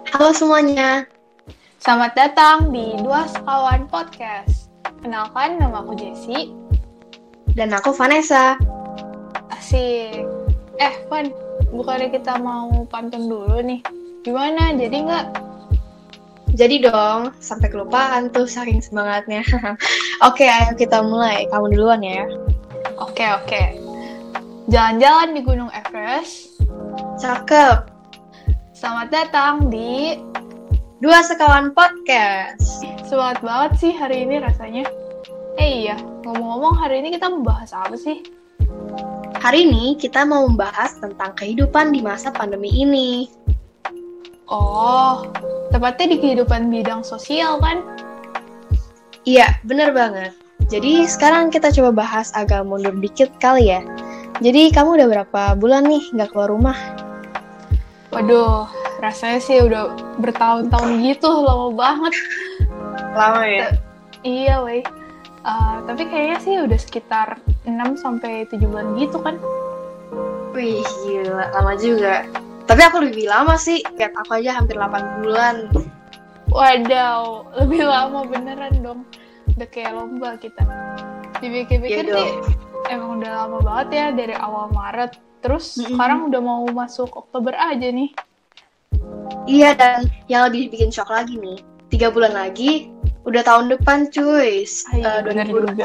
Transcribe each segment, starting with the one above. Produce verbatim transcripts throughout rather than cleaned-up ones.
Halo semuanya. Selamat datang di Dua Sekawan Podcast. Kenalkan, nama aku Jessie. Dan aku Vanessa. Asik. Eh, Van, bukannya kita mau pantun dulu nih? Gimana, jadi nggak? Jadi dong, sampai kelupaan tuh saking semangatnya. Oke, ayo kita mulai. Kamu duluan ya. Oke, oke. Jalan-jalan di Gunung Everest. Cakep. Selamat datang di Dua Sekawan Podcast. Semangat banget sih hari ini rasanya. Eh iya, ngomong-ngomong hari ini kita membahas apa sih? Hari ini kita mau membahas tentang kehidupan di masa pandemi ini. Oh, tepatnya di kehidupan bidang sosial kan? Iya, bener banget. Jadi sekarang kita coba bahas agak mundur dikit kali ya. Jadi kamu udah berapa bulan nih nggak keluar rumah? Waduh, rasanya sih udah bertahun-tahun gitu, lama banget. Lama ya? T- iya, weh. Uh, tapi kayaknya sih udah sekitar enam sampai tujuh bulan gitu kan. Wih, gila, lama juga. Tapi aku lebih lama sih, lihat aku aja hampir delapan bulan. Wadaw, lebih lama beneran dong. Udah kayak lomba kita. Dipikir-pikir Ya sih, emang udah lama banget ya dari awal Maret. Terus mm-hmm. sekarang udah mau masuk Oktober aja nih. Iya, dan yang lebih bikin shock lagi nih, tiga bulan lagi udah tahun depan cuy. Ay, uh, bener juga.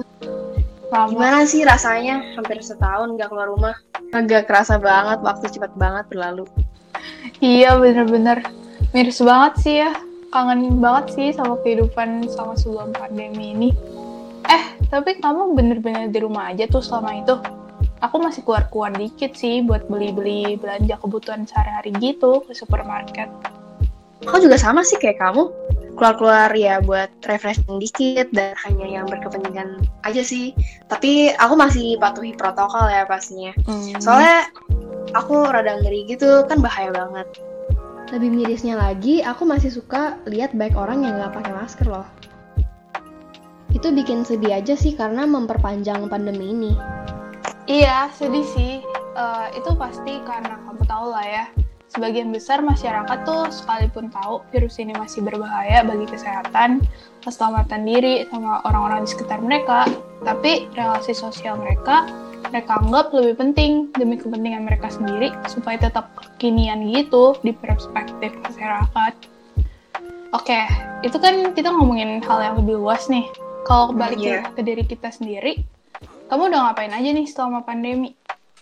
Gimana sih rasanya hampir setahun gak keluar rumah? Agak kerasa banget, waktu cepat banget berlalu. Iya, bener-bener miris banget sih ya. Kangen banget sih sama kehidupan sama sebelum pandemi ini. Eh, tapi kamu bener-bener di rumah aja tuh selama itu? Aku masih keluar-keluar dikit sih buat beli-beli belanja kebutuhan sehari-hari gitu ke supermarket. Aku juga sama sih kayak kamu. Keluar-keluar ya buat refreshing dikit dan hanya yang berkepentingan aja sih. Tapi aku masih patuhi protokol ya pastinya. Hmm. Soalnya aku rada ngeri gitu, kan bahaya banget. Lebih mirisnya lagi, aku masih suka lihat banyak orang yang nggak pakai masker loh. Itu bikin sedih aja sih karena memperpanjang pandemi ini. Iya, sedih sih. Uh, itu pasti karena kamu tahu lah ya. Sebagian besar masyarakat tuh sekalipun tahu virus ini masih berbahaya bagi kesehatan, keselamatan diri sama orang-orang di sekitar mereka, tapi relasi sosial mereka, mereka anggap lebih penting demi kepentingan mereka sendiri supaya tetap kekinian gitu di perspektif masyarakat. Oke, itu kan kita ngomongin hal yang lebih luas nih. Kalau balik yeah. ke diri kita sendiri, kamu udah ngapain aja nih selama pandemi?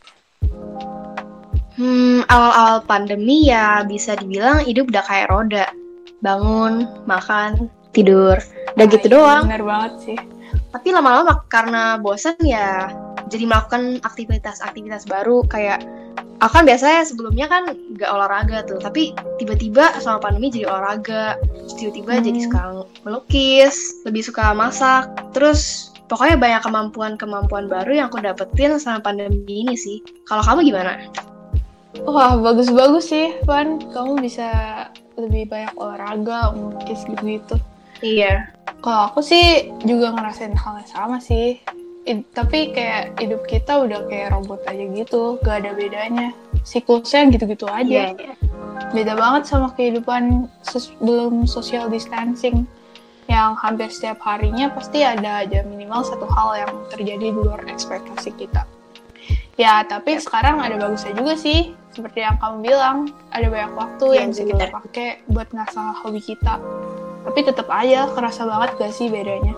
Hmm, awal-awal pandemi ya bisa dibilang hidup udah kayak roda. Bangun, makan, tidur. Udah gitu iya, doang. Bener banget sih. Tapi lama-lama karena bosan ya jadi melakukan aktivitas-aktivitas baru. Kayak aku kan biasanya sebelumnya kan gak olahraga tuh. Tapi tiba-tiba sama pandemi jadi olahraga. Terus tiba-tiba hmm. jadi suka melukis, lebih suka masak. Terus pokoknya banyak kemampuan-kemampuan baru yang aku dapetin sama pandemi ini sih. Kalau kamu gimana? Wah, bagus-bagus sih, Van. Kamu bisa lebih banyak olahraga, melukis gitu-gitu. Iya. Kalau aku sih juga ngerasain hal yang sama sih. I- tapi kayak hidup kita udah kayak robot aja gitu. Gak ada bedanya. Siklusnya gitu-gitu aja. Iya, iya. Beda banget sama kehidupan sebelum social distancing. Yang hampir setiap harinya pasti ada aja minimal satu hal yang terjadi di luar ekspektasi kita. Ya, tapi yep. sekarang ada bagusnya juga sih. Seperti yang kamu bilang, ada banyak waktu yeah, yang bisa kita pakai buat ngasah hobi kita. Tapi tetap aja kerasa banget gak sih bedanya?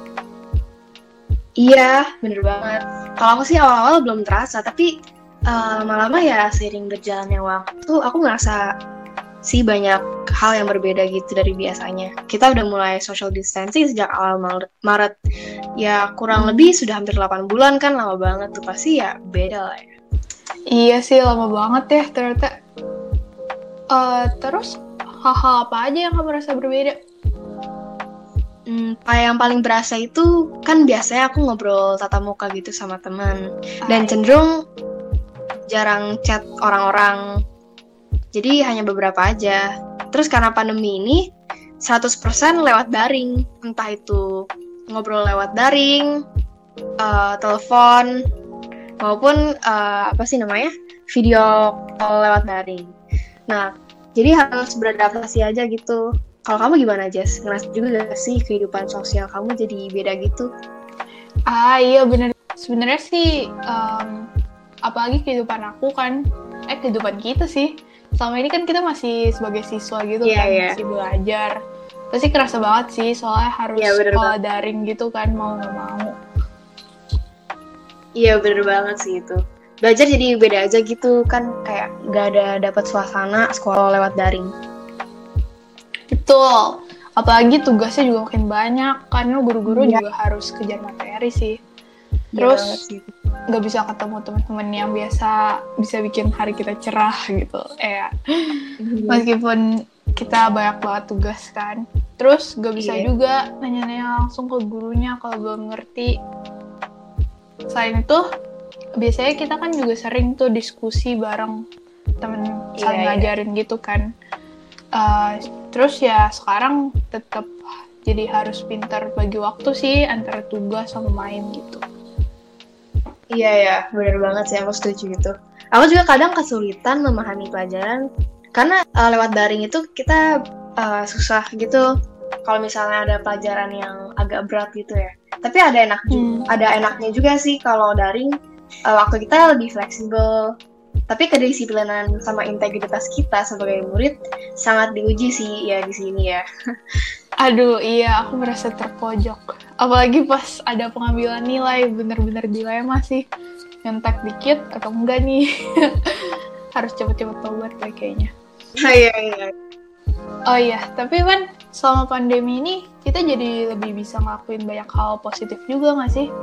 Iya, bener banget. Kalau aku sih awal-awal belum terasa, tapi uh, lama-lama ya seiring berjalannya waktu, aku ngerasa sih banyak hal yang berbeda gitu dari biasanya. Kita udah mulai social distancing sejak awal Maret. Ya kurang hmm. lebih sudah hampir delapan bulan kan, lama banget tuh. Pasti ya beda lah ya. Iya sih, lama banget ya ternyata. Uh, terus hal-hal apa aja yang kamu rasa berbeda? Hmm, yang paling berasa itu kan biasanya aku ngobrol tatap muka gitu sama teman. Dan cenderung jarang chat orang-orang. Jadi hanya beberapa aja. Terus karena pandemi ini seratus persen lewat daring. Entah itu ngobrol lewat daring, uh, telepon, maupun uh, apa sih namanya? video call lewat daring. Nah, Jadi harus beradaptasi aja gitu. Kalau kamu gimana, Jess? Ngerasa juga gak sih kehidupan sosial kamu jadi beda gitu? Ah iya bener. Sebenarnya sih, um, apalagi kehidupan aku kan, eh kehidupan kita sih. Selama ini kan kita masih sebagai siswa gitu yeah, kan, yeah. masih belajar. Pasti kerasa banget sih, soalnya harus yeah, sekolah daring gitu kan, mau nggak mau. Iya bener banget sih itu. Belajar jadi beda aja gitu kan, kayak gak ada dapat suasana sekolah lewat daring. Betul. Apalagi tugasnya juga makin banyak, karena guru-guru ya. juga harus kejar materi sih. Terus ya, nggak bisa ketemu teman-teman yang biasa bisa bikin hari kita cerah gitu. Eh, mm-hmm. Meskipun kita banyak banget tugas kan. Terus nggak bisa yeah. juga nanya-nanya langsung ke gurunya kalau belum ngerti. Selain itu, biasanya kita kan juga sering tuh diskusi bareng temen saling yeah, ngajarin yeah. gitu kan. Uh, terus ya sekarang tetap jadi harus pintar bagi waktu sih antara tugas sama main gitu. Iya ya, benar banget sih, aku setuju gitu. Aku juga kadang kesulitan memahami pelajaran karena uh, lewat daring itu kita uh, susah gitu. Kalau misalnya ada pelajaran yang agak berat gitu ya. Tapi ada enak juga, hmm. ada enaknya juga sih kalau daring uh, waktu kita lebih fleksibel. Tapi kedisiplinan sama integritas kita sebagai murid sangat diuji sih ya di sini ya. Aduh iya, aku merasa terpojok. Apalagi pas ada pengambilan nilai, bener-bener dilema sih. Nyontek dikit atau enggak nih. Harus cepet-cepet tobat deh kayaknya. Iya, iya. Oh iya, tapi kan selama pandemi ini kita jadi lebih bisa ngelakuin banyak hal positif juga nggak sih?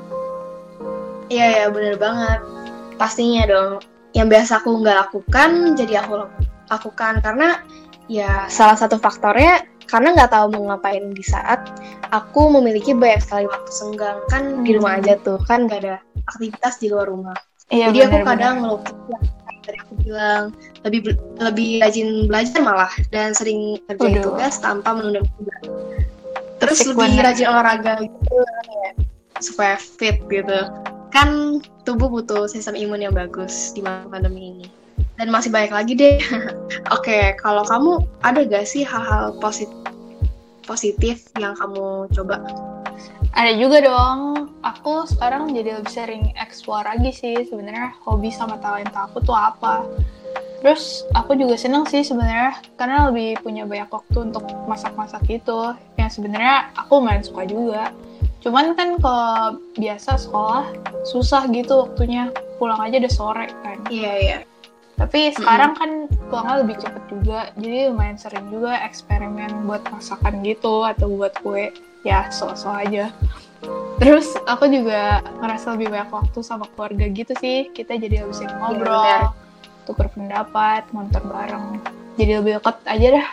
Iya, iya bener banget. Pastinya dong. Yang biasa aku nggak lakukan, jadi aku lakukan. Karena ya salah satu faktornya karena nggak tahu mau ngapain di saat aku memiliki banyak sekali waktu senggang kan hmm. di rumah aja tuh kan nggak ada aktivitas di luar rumah. Iya, jadi bener, aku kadang ngelukis yang tadi aku bilang lebih lebih rajin belajar malah dan sering kerjain Udah. tugas tanpa menunda tugas. Terus Asik lebih bener. rajin olahraga gitu ya supaya fit gitu. Kan tubuh butuh sistem imun yang bagus di masa pandemi ini. Dan masih banyak lagi deh. Oke, okay, kalau kamu ada gak sih hal-hal positif positif yang kamu coba? Ada juga dong. Aku sekarang jadi lebih sering explore lagi sih sebenarnya hobi sama talenta aku tuh apa. Terus aku juga seneng sih sebenarnya karena lebih punya banyak waktu untuk masak-masak gitu. Yang sebenarnya aku main suka juga. Cuman kan kalau biasa sekolah susah gitu waktunya. Pulang aja udah sore kan. Iya, yeah, iya. Yeah. Tapi sekarang kan pulangnya lebih cepet juga, jadi lumayan sering juga eksperimen buat masakan gitu atau buat kue, ya so-so aja. Terus aku juga ngerasa lebih banyak waktu sama keluarga gitu sih, kita jadi lebih sering ngobrol, tukar pendapat, nonton bareng, jadi lebih dekat aja dah.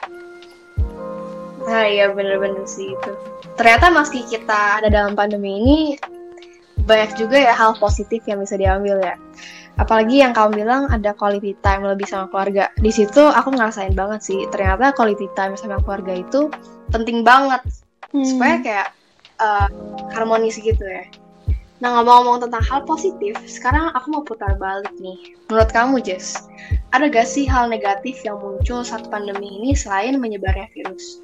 Nah iya bener-bener sih itu. Ternyata meski kita ada dalam pandemi ini, banyak juga ya hal positif yang bisa diambil ya. Apalagi yang kamu bilang ada quality time lebih sama keluarga. Di situ aku ngerasain banget sih. Ternyata quality time sama keluarga itu penting banget hmm. supaya kayak uh, harmonis gitu ya. Nah ngomong-ngomong tentang hal positif, sekarang aku mau putar balik nih. Menurut kamu Jess, ada gak sih hal negatif yang muncul saat pandemi ini selain menyebarnya virus?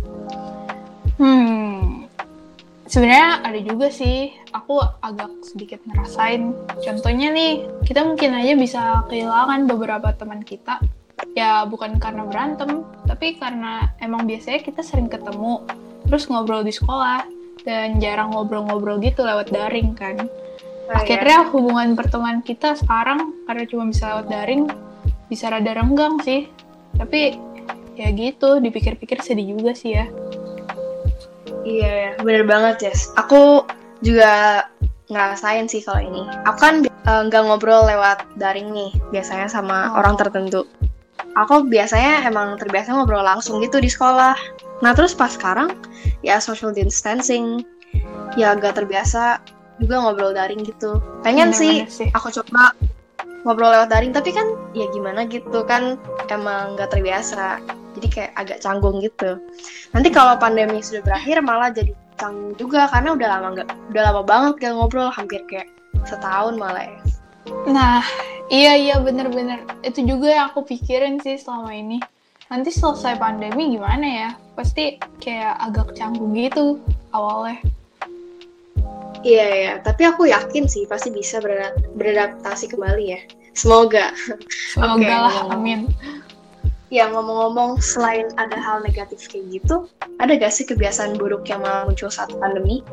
Hmm. Sebenarnya ada juga sih, aku agak sedikit ngerasain. Contohnya nih, kita mungkin aja bisa kehilangan beberapa teman kita. Ya bukan karena berantem, tapi karena emang biasanya kita sering ketemu, terus ngobrol di sekolah, dan jarang ngobrol-ngobrol gitu lewat daring kan. Oh, Akhirnya ya. hubungan pertemanan kita sekarang, karena cuma bisa lewat daring, bisa rada renggang sih. Tapi ya gitu, dipikir-pikir sedih juga sih ya. Iya, bener banget Jess. Aku juga ngerasain sih kalau ini. Aku kan nggak uh, ngobrol lewat daring nih, biasanya sama oh. orang tertentu. Aku biasanya emang terbiasa ngobrol langsung gitu di sekolah. Nah terus pas sekarang, ya social distancing, ya agak terbiasa juga ngobrol daring gitu. Pengen sih, sih aku coba ngobrol lewat daring, tapi kan ya gimana gitu kan emang nggak terbiasa. Jadi kayak agak canggung gitu. Nanti kalau pandemi sudah berakhir malah jadi canggung juga karena udah lama nggak, udah lama banget gak ngobrol, hampir kayak setahun malah ya. Nah, iya iya bener-bener itu juga yang aku pikirin sih selama ini. nanti selesai pandemi gimana ya? Pasti kayak agak canggung gitu awalnya. Iya ya, tapi aku yakin sih pasti bisa beradap- beradaptasi kembali ya. Semoga. Semoga Oke, lah, ngomong- amin. Ya ngomong-ngomong, selain ada hal negatif kayak gitu, ada gak sih kebiasaan buruk yang malah muncul saat pandemi?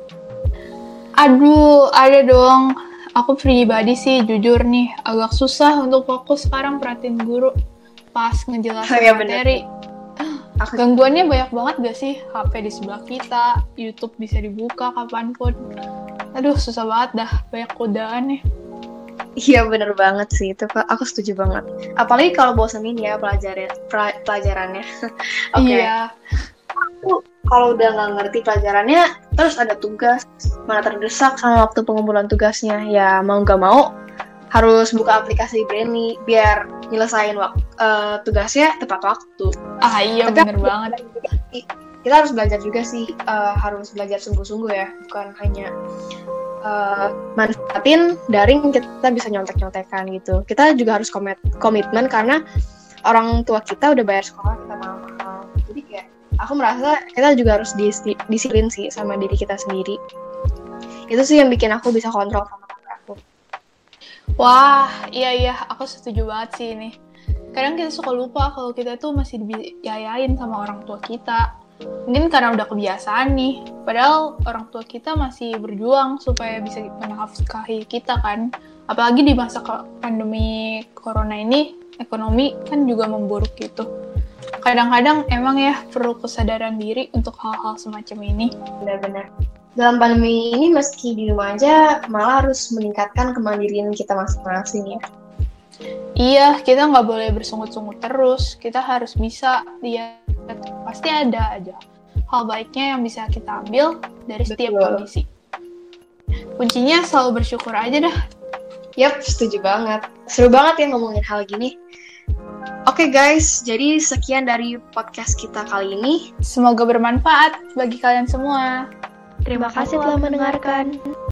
Aduh, ada dong. Aku pribadi sih jujur nih agak susah untuk fokus sekarang perhatiin guru pas ngejelasin Oh, iya, bener. materi. Aku Gangguannya banyak banget gak sih? H P di sebelah kita, YouTube bisa dibuka kapanpun. Aduh, susah banget dah, banyak godaan nih. Iya bener banget sih itu, Kak. Aku setuju banget. Apalagi kalau bosenin ya pelajaran pra- pelajarannya. Oke. Iya, Aku kalau udah nggak ngerti pelajarannya, terus ada tugas, mana terdesak sama waktu pengumpulan tugasnya, ya mau nggak mau harus buka aplikasi Brainly biar nyelesain wak- eh, tugasnya tepat waktu. ah iya Tapi bener aku- banget. Kita harus belajar juga sih, eh, harus belajar sungguh-sungguh ya, bukan hanya eh, manfaatin daring kita bisa nyontek-nyontekan gitu. Kita juga harus komit komitmen karena orang tua kita udah bayar sekolah kita mahal-mahal. Jadi kayak aku merasa kita juga harus disi- disiplin sih sama diri kita sendiri. Itu sih yang bikin aku bisa kontrol sama aku. Wah, iya iya, aku setuju banget sih ini. Kadang kita suka lupa kalau kita tuh masih dibiayain sama orang tua kita. Mungkin karena udah kebiasaan nih. Padahal orang tua kita masih berjuang supaya bisa menafkahi kita kan. Apalagi di masa ko- pandemi corona ini, ekonomi kan juga memburuk gitu. Kadang-kadang emang ya perlu kesadaran diri untuk hal-hal semacam ini. Benar-benar. Dalam pandemi ini meski di rumah aja malah harus meningkatkan kemandirian kita masing-masing ya. Iya, kita nggak boleh bersungut-sungut terus. Kita harus bisa lihat, pasti ada aja hal baiknya yang bisa kita ambil dari setiap Betul. kondisi. Kuncinya selalu bersyukur aja dah. Yap, setuju banget. Seru banget ya ngomongin hal gini. Oke guys, jadi sekian dari podcast kita kali ini. Semoga bermanfaat bagi kalian semua. Terima kasih telah mendengarkan.